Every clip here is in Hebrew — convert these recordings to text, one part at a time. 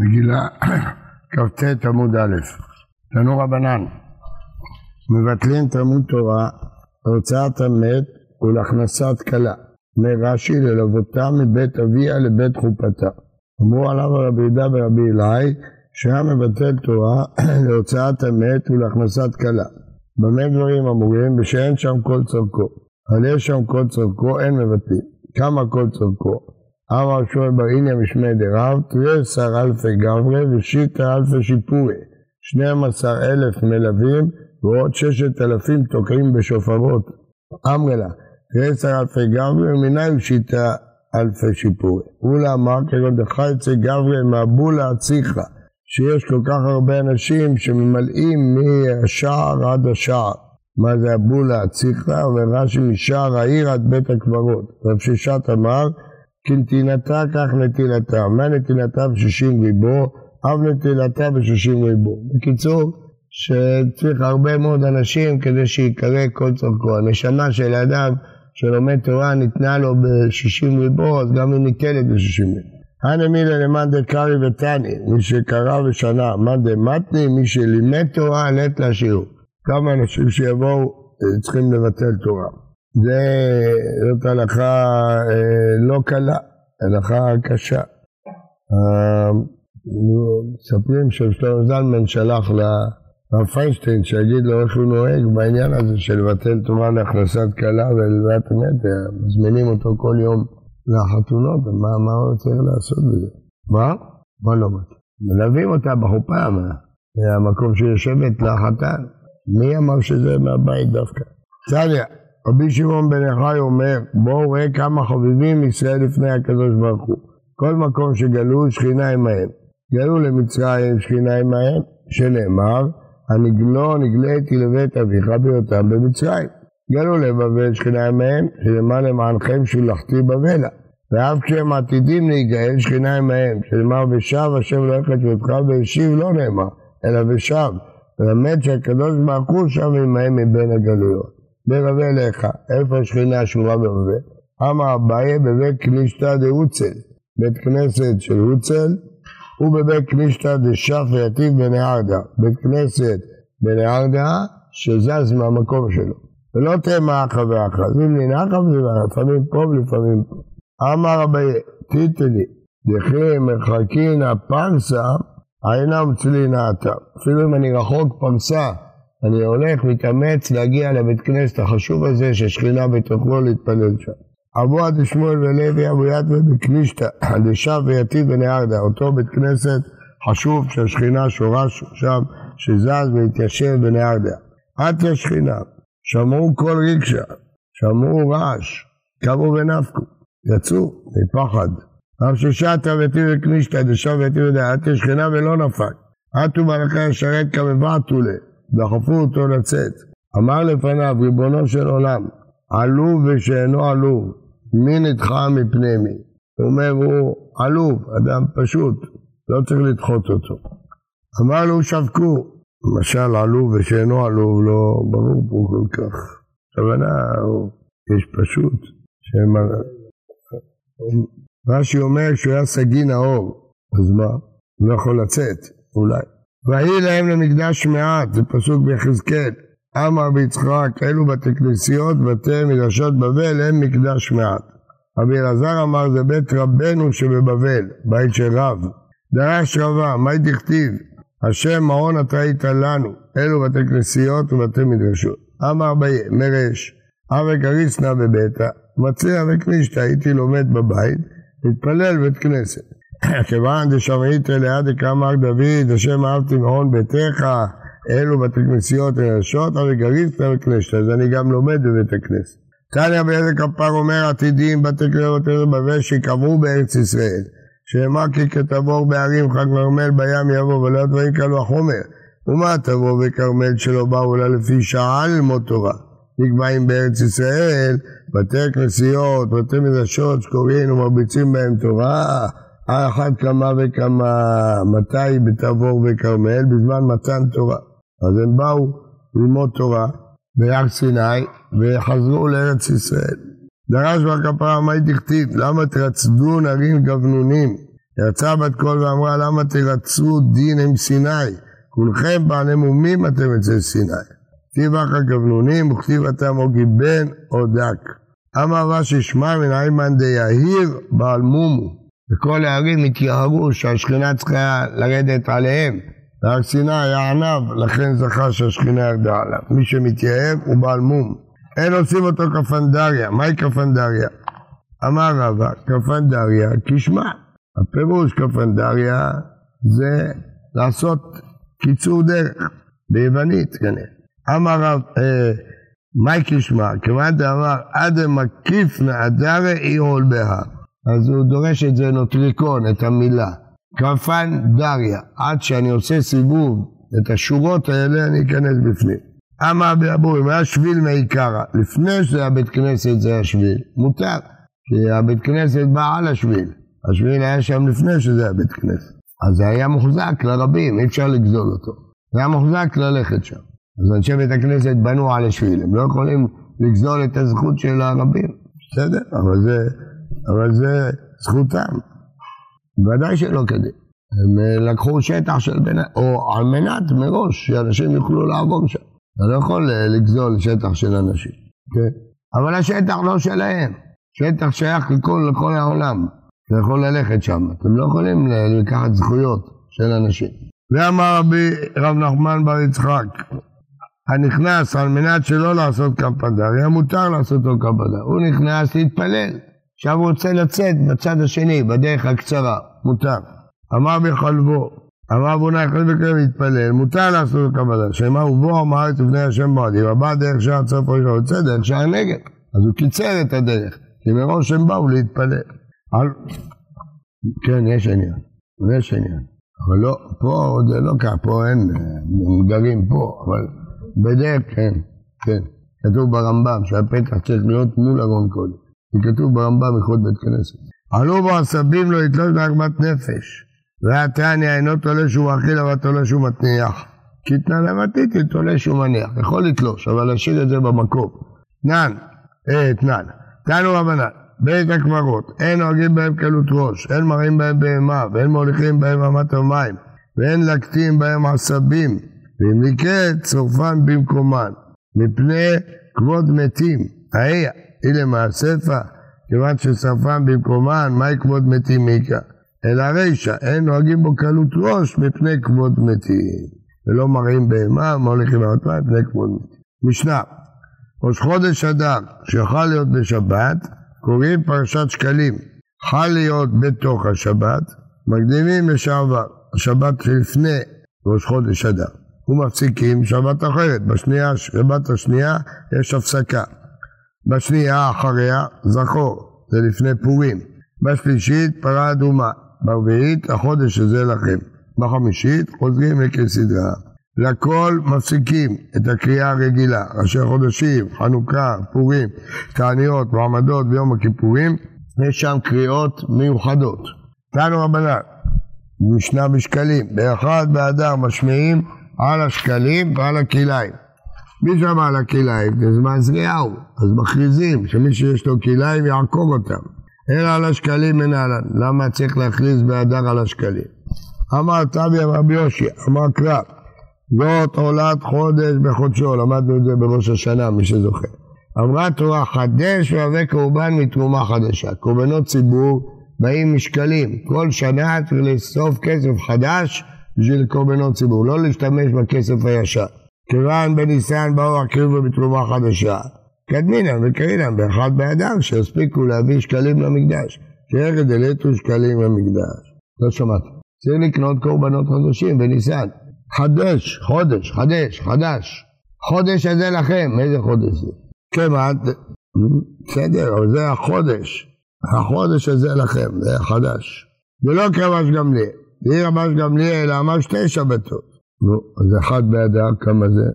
מגילה כ"ט עמוד א'. תנו רבנן, מבטלים תלמוד תורה להוצאת המת ולהכנסת כלה מרש"י ללוותה מבית אביה לבית חופתה. אמרו עליו רבי יהודה ורבי אילאי שהיה מבטל תורה להוצאת המת ולהכנסת כלה. במה דברים אמורים? ושאין שם כל צורכו, אבל יש שם כל צורכו אין מבטלים. כמה כל צורכו? אמר שמואל בר איניה משמי דרב 13,000 גברי ושיטה אלפי שיפורי, 12,000 מלווים ועוד 6,000 תוקעים בשופרות. אמר לה 13,000 גברי ומנין שיטה אלפי שיפורי. אולה אמר כגון דחייצי גברי מהבולה הציחה, שיש כל כך הרבה אנשים שממלאים מהשער עד השער. מה זה הבולה הציחה? ורש"י משער העיר עד בית הקברות. רב ששת אמר כנתינתה כך נטילתה. מה נטילתה ב60 ריבו? אף נטילתה ב60 ריבו. בקיצור, שצריך הרבה מאוד אנשים כדי שיקרא כל צורכו. הנשמה של האדם שלומד תורה ניתנה לו ב60 ריבו, אז גם היא ניתנת ב60 ריבו. הנמילה למאן דקרי ותני, מי שקרא ושנה, מאן דמתני, מי שלימד תורה, לית לשיעור. כמה אנשים שיבואו צריכים לבטל תורה. זאת הלכה לא קלה, הלכה קשה. מספרים ששלמה זלמן שלח לרב פיינשטיין שיגיד לו איך הוא נוהג בעניין הזה של לבטל תורה להכנסת כלה וללוויית המת, מזמינים אותו כל יום לחתונות, מה הוא צריך לעשות בזה? מה לא מתאים? מלווים אותה בחופה, מהמקום שיושבת לחתן. מי אמר שזה מהבית דווקא? צדיה, רבי שמעון בן יוחאי אומר, בואו ראה כמה חביבים ישראל לפני הקדוש ברוך הוא. כל מקום שגלו שכינה עמהם. גלו למצרים שכינה עמהם, שנאמר, הנגלו נגליתי לבית אביך בהיותם במצרים. גלו לבבל שכינה עמהם, שנאמר למענכם שולחתי בבלה. ואף כשהם עתידים להיגאל שכינה עמהם, שנאמר ושב השם לא יחד שבתך והשיב לא נאמר, אלא ושב. ולמד שהקדוש ברוך הוא שם עמהם מבין הגלויות. ברבה אליך, איפה השכינה שורה ברבה? אמר אביי בבית כנישתא דהוצל, בית כנסת של הוצל, ובבית כנישתא דשף ויתיב בנהרדה, בית כנסת בנהרדה שזז מהמקום שלו. ולא תהיה מאחה ואחה, אז אם ננחה לפעמים פה ולפעמים פה. אמר אביי, תיתני, דחי מרחקין הפרסה, עינם צלינתה. אפילו אם אני רחוק פרסה, אני הולך מתאמץ להגיע לבית כנסת החשוב הזה ששכינה בתוכו להתפלל שם. אבוה דשמואל ולוי אבו יתווה בכנישתא דשף ויתיב בנהרדה, אותו בית כנסת חשוב שהשכינה שורש שם, שזז והתיישב בנהרדה. עד השכינה, שמעו כל רגשה, שמעו רעש, קמו ונפקו, יצאו מפחד. רב ששת ויתיב בכנישתא דשף ויתיב בנהרדה, עד השכינה ולא נפק. עטו מלאכי השרת כמבעטו לה. דחפו אותו לצאת. אמר לפניו, ריבונו של עולם, עלוב ושאינו עלוב, מי נדחה מפני מי? הוא אומר, הוא עלוב, אדם פשוט, לא צריך לדחות אותו. אמר לו, שבקו, למשל עלוב ושאינו עלוב, לא ברור פה כל כך. הכוונה, יש פשוט, רש"י אומר שהוא היה סגי נאור, אז מה? הוא לא יכול לצאת, אולי. ויהי להם למקדש מעט, זה פסוק ביחזקאל. אמר ביצחק, אלו בתי כנסיות, בתי מדרשות בבל, הם מקדש מעט. רבי אלעזר אמר, זה בית רבנו שבבבל, בית של רב. דרש רבה, מה דכתיב? השם מעון אתה היית לנו, אלו בתי כנסיות ובתי מדרשות. אמר בי, מרש, אבי קריסנה בביתה, מצליח וכנישתא, הייתי לומד בבית, מתפלל בית כנסת. כיוון דשמעית ליד כאמר דוד, השם אהבתי מעון ביתך, אלו בתי כנסיות ונשות, אבל גריסתא וכנסת, אז אני גם לומד בבית הכנסת. תניא באיזה כפר אומר, עתידים בתי כנסיות בבל שקברו בארץ ישראל, שאמר כי כתבור בערים חג כרמל בים יבוא, ולא דברים כאלו החומר. ומה תבוא בכרמל שלא באו לה לפי שעה ללמוד תורה? נקבעים בארץ ישראל, בתי כנסיות, בתי מדרשות שקוראים ומרביצים בהם תורה, על אחת כמה וכמה, מתי בתבור וכרמל, בזמן מתן תורה. אז הם באו ללמוד תורה בהר סיני וחזרו לארץ ישראל. דרש בר כפרה, מה דכתיב? למה תרצדו נרים גבנונים? יצאה בת קול ואמרה, למה תרצו דין עם סיני? כולכם בעלי מומים אתם אצל סיני. כתיב אחר גבנונים וכתיב אתם או גיבן או דק. אמר רש"י שמע מן איימן דיהיר בעל מומו. וכל הערים התייהרו שהשכינה צריכה לרדת עליהם. והר סיני היה ענב, לכן זכה שהשכינה ירדה עליו. מי שמתייהר הוא בעל מום. אין עושים אותו כפנדריה. מהי כפנדריה? אמר רבא, כפנדריה כשמה. הפירוש כפנדריה זה לעשות קיצור דרך, ביוונית כנראה. אמר רב, מהי כשמה? כיוון דאמר, אדם מקיף נעדרה אי עול בהר. אז הוא דורש את זה נוטריקון, את המילה. כפנדריה, עד שאני עושה סיבוב, את השורות האלה אני אכנס בפנים. אמר באבורי, מה שביל מעיקרה? לפני שזה הבית כנסת זה השביל, מותר. כי הבית כנסת בא על השביל. השביל היה שם לפני שזה הבית כנסת. אז זה היה מוחזק לרבים, אי אפשר לגזול אותו. זה היה מוחזק ללכת שם. אז אנשי בית הכנסת בנו על השביל. הם לא יכולים לגזול את הזכות של הרבים. בסדר? אבל זה זכותם. ודאי שלא כדי. הם לקחו שטח של או על מנת מראש שאנשים יוכלו לעבור שם. אתה לא יכול לגזול שטח של אנשים. כן? אבל השטח לא שלהם. שטח שייך לכל העולם. אתה יכול ללכת שם. אתם לא יכולים לקחת זכויות של אנשים. ואמר רב נחמן בר יצחק, הנכנס על מנת שלא לעשות כפנדריה, מותר לעשות לו כפנדריה. הוא נכנס להתפלל. עכשיו הוא רוצה לצאת בצד השני, בדרך הקצרה. מותר. אמר בחלבו, אמר בונה יחד וקרב להתפלל, מותר לעשות לו כפנדריה. שאמר ובוא אמרת ובני השם מועדים, הבא דרך שער צוף ראשון, יוצא דרך שער נגד. אז הוא קיצר את הדרך, כי מראש הם באו להתפלל. כן, יש עניין. אבל לא, פה זה לא ככה, פה אין, הם גרים פה, אבל בדרך כן. כתוב ברמב"ם שהפתח צריך להיות מול ארון קודש. כתוב ברמב"ם יכול בית כנסת. עלו בו עשבים לא יתלוש לעגמת נפש. והתניא אינו תולש ומאכיל אבל תולש ומתניח. כי תנן למתית תולש ומניח. יכול לתלוש, אבל להשאיר את זה במקום. תנן. תנו רבנן. בית הקברות, אין נוהגים בהם קלות ראש, אין מראים בהם בהמה, ואין מוליכים בהם אמת המים, ואין לקטים בהם עשבים, ואם נקראת צורפן במקומן, מפני כבוד מתים. היה, אלה מהספר, כיוון שצורפן במקומן, מהי כבוד מתים מיקה? אלא רישה, אין נוהגים בו קלות ראש, מפני כבוד מתים. ולא מראים בהמה, מוליכים בהם מים, מפני כבוד מתים. משנה, ראש חודש אדר, שיכול להיות בשבת, קוראים פרשת שקלים, חל להיות בתוך השבת, מקדימים לשעבר, השבת שלפני ראש חודש אדר, ומפסיקים שבת אחרת, בשבת השנייה יש הפסקה, בשנייה אחריה זכור, זה לפני פורים, בשלישית פרה אדומה, ברביעית החודש הזה לכם, בחמישית חוזרים כסדרה, לכל מפסיקים את הקריאה הרגילה, ראשי חודשים, חנוכה, פורים, תעניות, מעמדות ויום הכיפורים, יש שם קריאות מיוחדות. תנו רבנן, משנה בשקלים, באחד באדר משמיעים על השקלים ועל הכליים. מי שמע על הכליים? זה זמן זריעהו, אז מכריזים שמי שיש לו כליים יעקור אותם. אלא על השקלים מנהלן, למה צריך להכריז באדר על השקלים? אמר תבי אמר ביושי, אמר קרב, זאת עולת חודש בחודשו, למדנו את זה בראש השנה, מי שזוכר. אמרה תורה, חדש והווה קורבן מתרומה חדשה. קורבנות ציבור באים משקלים. כל שנה צריך לאסוף כסף חדש בשביל קורבנות ציבור, לא להשתמש בכסף הישן. כיוון בניסן באו הקריבו בתרומה חדשה. קדמינם וקרינם באחד באדר שהספיקו להביא שקלים למקדש. שירד אלתו שקלים למקדש. לא שמעת. צריך לקנות קורבנות חדשים בניסן. חדש, חדש. חודש הזה לכם. איזה חודש זה? כמעט, בסדר, אבל זה החודש. החודש הזה לכם, זה חדש. זה לא כרבש גמליאל. זה רבש גמליאל, אלא אמר 2 שבתות. נו, אז אחד באדר, כמה זה?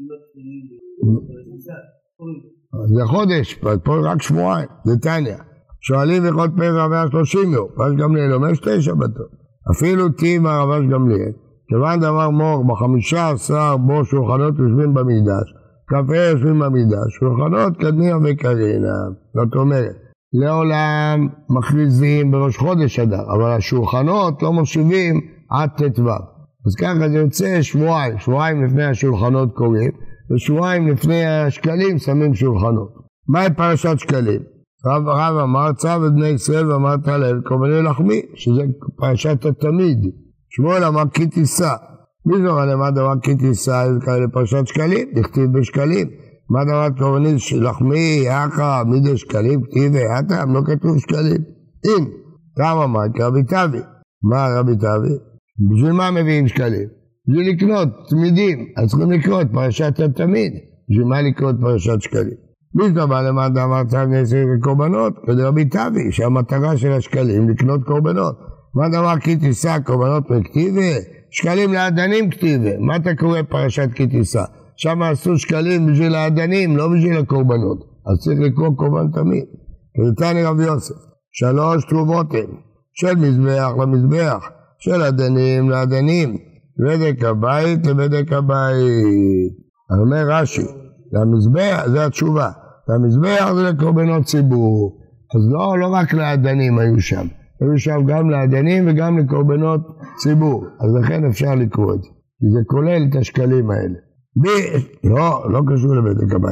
זה חודש, פה רק שבועיים, זה תניא. שואלים יכולת פסח 130 יום, רבש גמליאל אומר 2 שבתות. אפילו תימא רבש גמליאל. כיוון דבר מור, ב15 בו שולחנות יושבים במקדש, קפה יושבים במקדש, שולחנות קדמיה וקרינה, זאת אומרת, לעולם מכריזים בראש חודש אדר, אבל השולחנות לא מושיבים עד ט"ו. אז ככה זה יוצא שבועיים לפני השולחנות קוראים, ושבועיים לפני השקלים שמים שולחנות. מהי פרשת שקלים? רב אמר צו את בני ישראל ואמרת להם קורבני לחמי, שזה פרשת התמיד. שמואל אמר כי תישא. מי זוכר למה דבר כי תישא לפרשת שקלים? נכתיב בשקלים. מה דבר קורבני לחמי, יחא, מידי שקלים, כתיב ויחתם, לא כתוב שקלים. אם, גם אמר כרבי תבי. מה רבי תבי? בשביל מה מביאים שקלים? בשביל לקנות תמידים, אז צריכים לקרות פרשת התמיד. בשביל מה לקרות פרשת שקלים? מי דבר למה דבר צו בני ישראל וקורבנות? כדי רבי תבי, שהמטרה של השקלים לקנות קורבנות. מה דבר כי תישא קורבנות מכתיבה? שקלים לאדנים כתיבה. מה אתה קורא פרשת כי תישא? שם עשו שקלים בשביל האדנים, לא בשביל הקורבנות. אז צריך לקרוא קורבן תמיד. כתני רבי יוסף, 3 תרובות הם, של מזבח למזבח, של אדנים לאדנים, בדק הבית לבדק הבית. אני אומר רש"י, למזבח, זה התשובה, למזבח זה לקורבנות ציבור. אז לא רק לאדנים היו שם. היו שם גם לאדנים וגם לקורבנות ציבור. אז לכן אפשר לקרוא את זה. כי זה כולל את השקלים האלה. לא קשור לבדק הבית.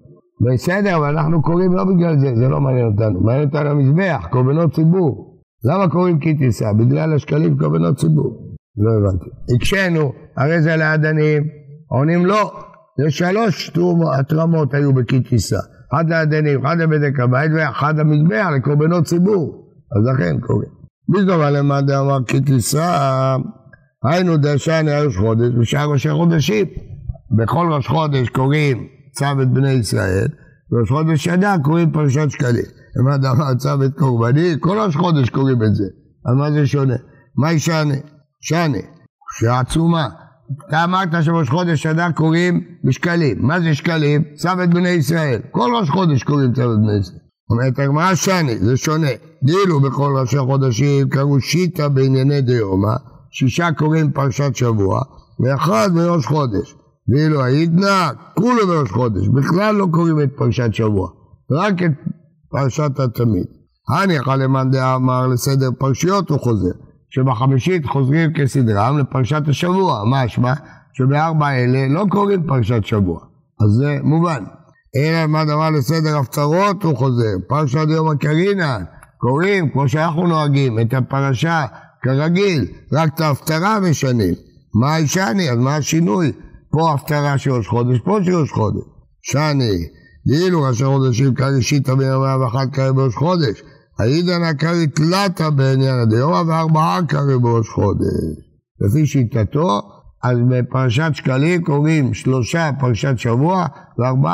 בסדר, אבל אנחנו קוראים לא בגלל זה, זה לא מעניין אותנו. מעניין אותנו המזבח, קורבנות ציבור. למה קוראים כי תישא? בגלל השקלים קורבנות ציבור. לא הבנתי. הקשנו, הרי זה לאדנים. עונים לא. זה 3 התרמות היו בכי תישא. 1 לאדנים, 1 לבדק הבית ואחד המזבח לקורבנות ציבור. אז לכן קוראים. בזדומה למד אמר כי תישא, היינו דשני ראש חודש ושאר ראשי חודשים. בכל ראש חודש קוראים צו את בני ישראל, וראש חודש אדר קוראים פרשת שקלים. למד אמר צו את קורבני, כל ראש חודש קוראים את זה. אז מה זה שונה? מה היא שנה? שנה, שעצומה. אתה אמרת שבראש חודש אדר קוראים בשקלים. מה זה שקלים? צו את בני ישראל. כל ראש חודש קוראים צו את בני ישראל. אומרת הגמרא שני, זה שונה. דילו בכל ראשי חודשים קראו שיטה בענייני דיומא, 6 קוראים פרשת שבוע, ואחד בראש חודש. דילו העידנא, כולו בראש חודש, בכלל לא קוראים את פרשת שבוע, רק את פרשת התמיד. הניחא למאן דאמר לסדר פרשיות הוא חוזר, שבחמישית חוזרים כסדרם לפרשת השבוע, משמע שב4 אלה לא קוראים פרשת שבוע, אז זה מובן. אלא מה דבר לסדר הפטרות הוא חוזר, פרשת יום הקרינן, קוראים כמו שאנחנו נוהגים את הפרשה כרגיל, רק את ההפטרה משנים. מה הישני? אז מה השינוי? פה הפטרה של ראש חודש, פה של ראש חודש. שני, דילו ראשי חודשים קרי שיטה בין 101 קרי בראש חודש, העידנא קרי תלתה בעניין הדיומא ו4 קרי בראש חודש. לפי שיטתו, אז בפרשת שקלים קוראים 3 פרשת שבוע ו4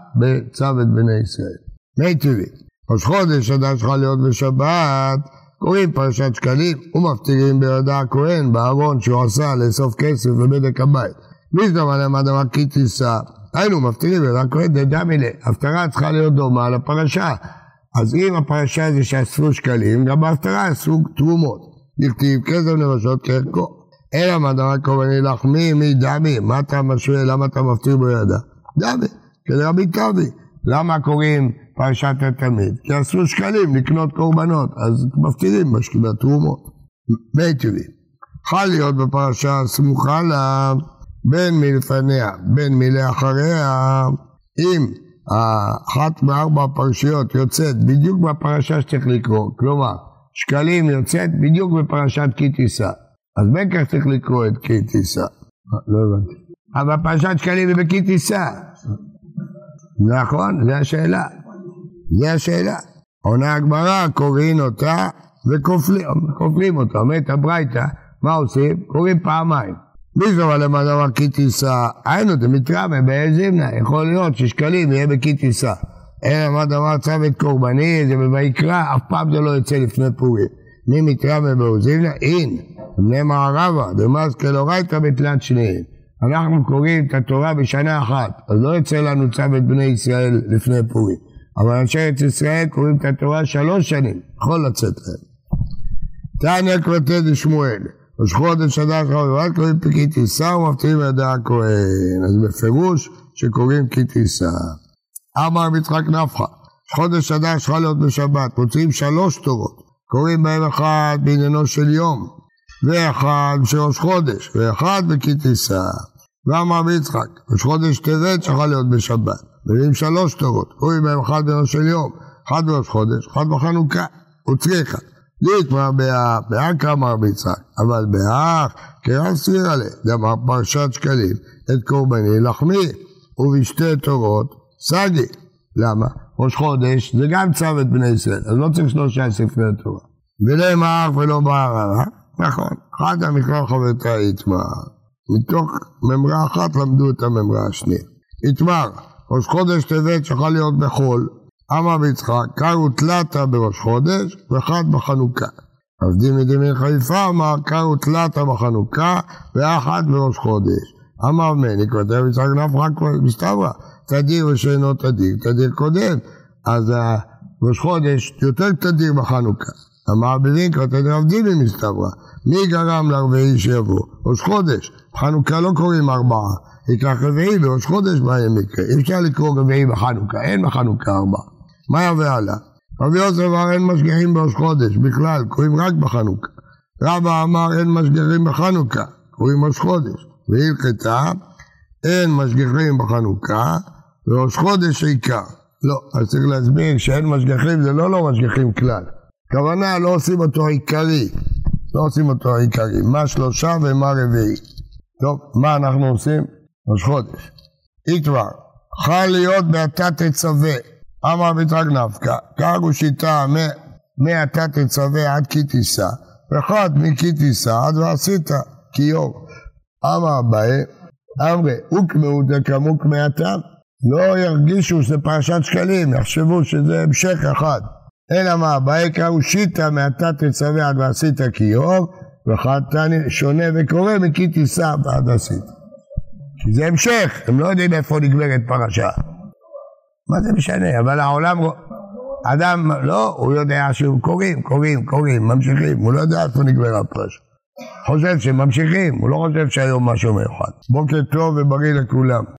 בצו את בני ישראל. מי טבעי, ראש חודש אדם צריכה להיות בשבת, קוראים פרשת שקלים ומפטירים ביהודה הכהן בארון שהוא עשה לאסוף כסף לבדק הבית. מזדום עליהם הדבר כי תישא, היינו מפטירים ביהודה הכהן דדה מילה, הפטרה צריכה להיות דומה לפרשה. אז אם הפרשה זה שאספו שקלים, גם בהפטרה אספו תרומות. נכתיב כסף נפשות כערכו. אלא מה דבר קורבני לחמי מי דמי, מה אתה משווה, למה אתה מפטיר ביהודה? דמי, כרבי תבי. למה קוראים פרשת התמיד? כי אספו שקלים לקנות קורבנות, אז מפטירים בתרומות. מי טבעי. חל להיות בפרשה סמוכה לה בין מלפניה, בין מלאחריה, אם אחת מ4 פרשיות יוצאת בדיוק בפרשה שצריך לקרוא, כלומר, שקלים יוצאת בדיוק בפרשת כי תישא, אז בין כך צריך לקרוא את כי תישא. לא הבנתי. אבל פרשת שקלים היא בכי תישא. נכון, זה השאלה. זה השאלה. עונה הגמרא, קוראים אותה וכופלים אותה. אומרת הברייתא, מה עושים? קוראים פעמיים. מי זו למה דבר כי תישא? היינו, זה מתרמה באזימנה. יכול להיות ששקלים יהיה בכי תישא. אלא מה דבר צו את קורבני, זה בויקרא, אף פעם זה לא יוצא לפני פורים. מי מתרמה באזימנה? אין. בני מערבה, דמאז כלורייתא בתלת שניהם. אנחנו קוראים את התורה בשנה אחת, אז לא יוצא לנו צו את בני ישראל לפני פורים. אבל אנשי ארץ ישראל קוראים את התורה 3 שנים, יכול לצאת להם. תניא כבתי דשמואל, ראש חודש אדר חודש, קוראים כי תישא ומפטירים ביהודה הכהן. אז בפירוש שקוראים כי תישא. אמר יצחק נפחא, חודש אדר צריכה להיות בשבת, מוציאים 3 תורות, קוראים בהם אחד בעניינו של יום, ואחד של ראש חודש, ואחד בכי טיסה. ואמר רבי יצחק, ראש חודש טבת צריכה להיות בשבת, מביאים 3 תורות, קוראים בהם אחד בעניינו של יום, אחד בראש חודש, אחד בחנוכה, וצריכה. להתמר באח כאמר רבי יצחק, אבל באח כרב סביר עליה, דאמר פרשת שקלים, את קורבני לחמי, ובשתי תורות סגי. למה? ראש חודש זה גם צו את בני ישראל, אז לא צריך 3 ספרי תורה. ולא מאח ולא בעררה, נכון, אחד המקרא חברתה יתמר. מתוך ממרה אחת למדו את הממרה השנייה. יתמר, ראש חודש טבת צריכה להיות בחול, אמר רבי יצחק, קר ותלתה בראש חודש, ואחד בחנוכה. עבדים מדמי חיפה אמר, קר ותלתה בחנוכה, ואחד בראש חודש. אמר מני, כותב יצחק נפחא כבר מסתברא, תדיר ושאינו תדיר, תדיר קודם, אז ראש חודש יותר תדיר בחנוכה. אמר בדין, כותב עבדים מסתברא, מי גרם לרביעי שיבוא? ראש חודש, בחנוכה לא קוראים 4, יקח רביעי בראש חודש בהם מקרה, אי אפשר לקרוא רביעי בחנוכה, אין בחנוכה 4. מה יבוא עלה? רבי יוסף אמר אין משגיחים בראש חודש, בכלל, קוראים רק בחנוכה. רבא אמר אין משגיחים בחנוכה, קוראים ראש חודש. והלכתה, אין משגיחים בחנוכה, וראש חודש עיקר. לא, אז צריך להסביר שאין משגיחים, זה לא משגיחים כלל. כוונה לא עושים אותו עיקרי, לא עושים אותו עיקרי, מה 3 ומה רביעי. טוב, מה אנחנו עושים? ראש חודש. יתמר, חל להיות באתה תצווה, אמר רבי יצחק נפקא, כך הוא שיטה מאתה תצווה עד כי תישא, ואחד מכי תישא עד ועשית כיור. אמר אביי, אמרי, הוקמאו דקמוק מעתה, לא ירגישו שזה פרשת שקלים, יחשבו שזה המשך אחד. אלא מה, אביי קראו שיטה מעתה תצווה עד ועשית כיור, ואחד שונה וקורא מכי תישא עד עשית. כי זה המשך, הם לא יודעים איפה נגמרת פרשה. מה זה משנה? אבל העולם, אדם לא, הוא יודע שהוא קוראים, ממשיכים, הוא לא יודע איפה נגמר הפרשה. חושב שממשיכים, הוא לא חושב שהיום משהו מיוחד. בוקר טוב ובריא לכולם.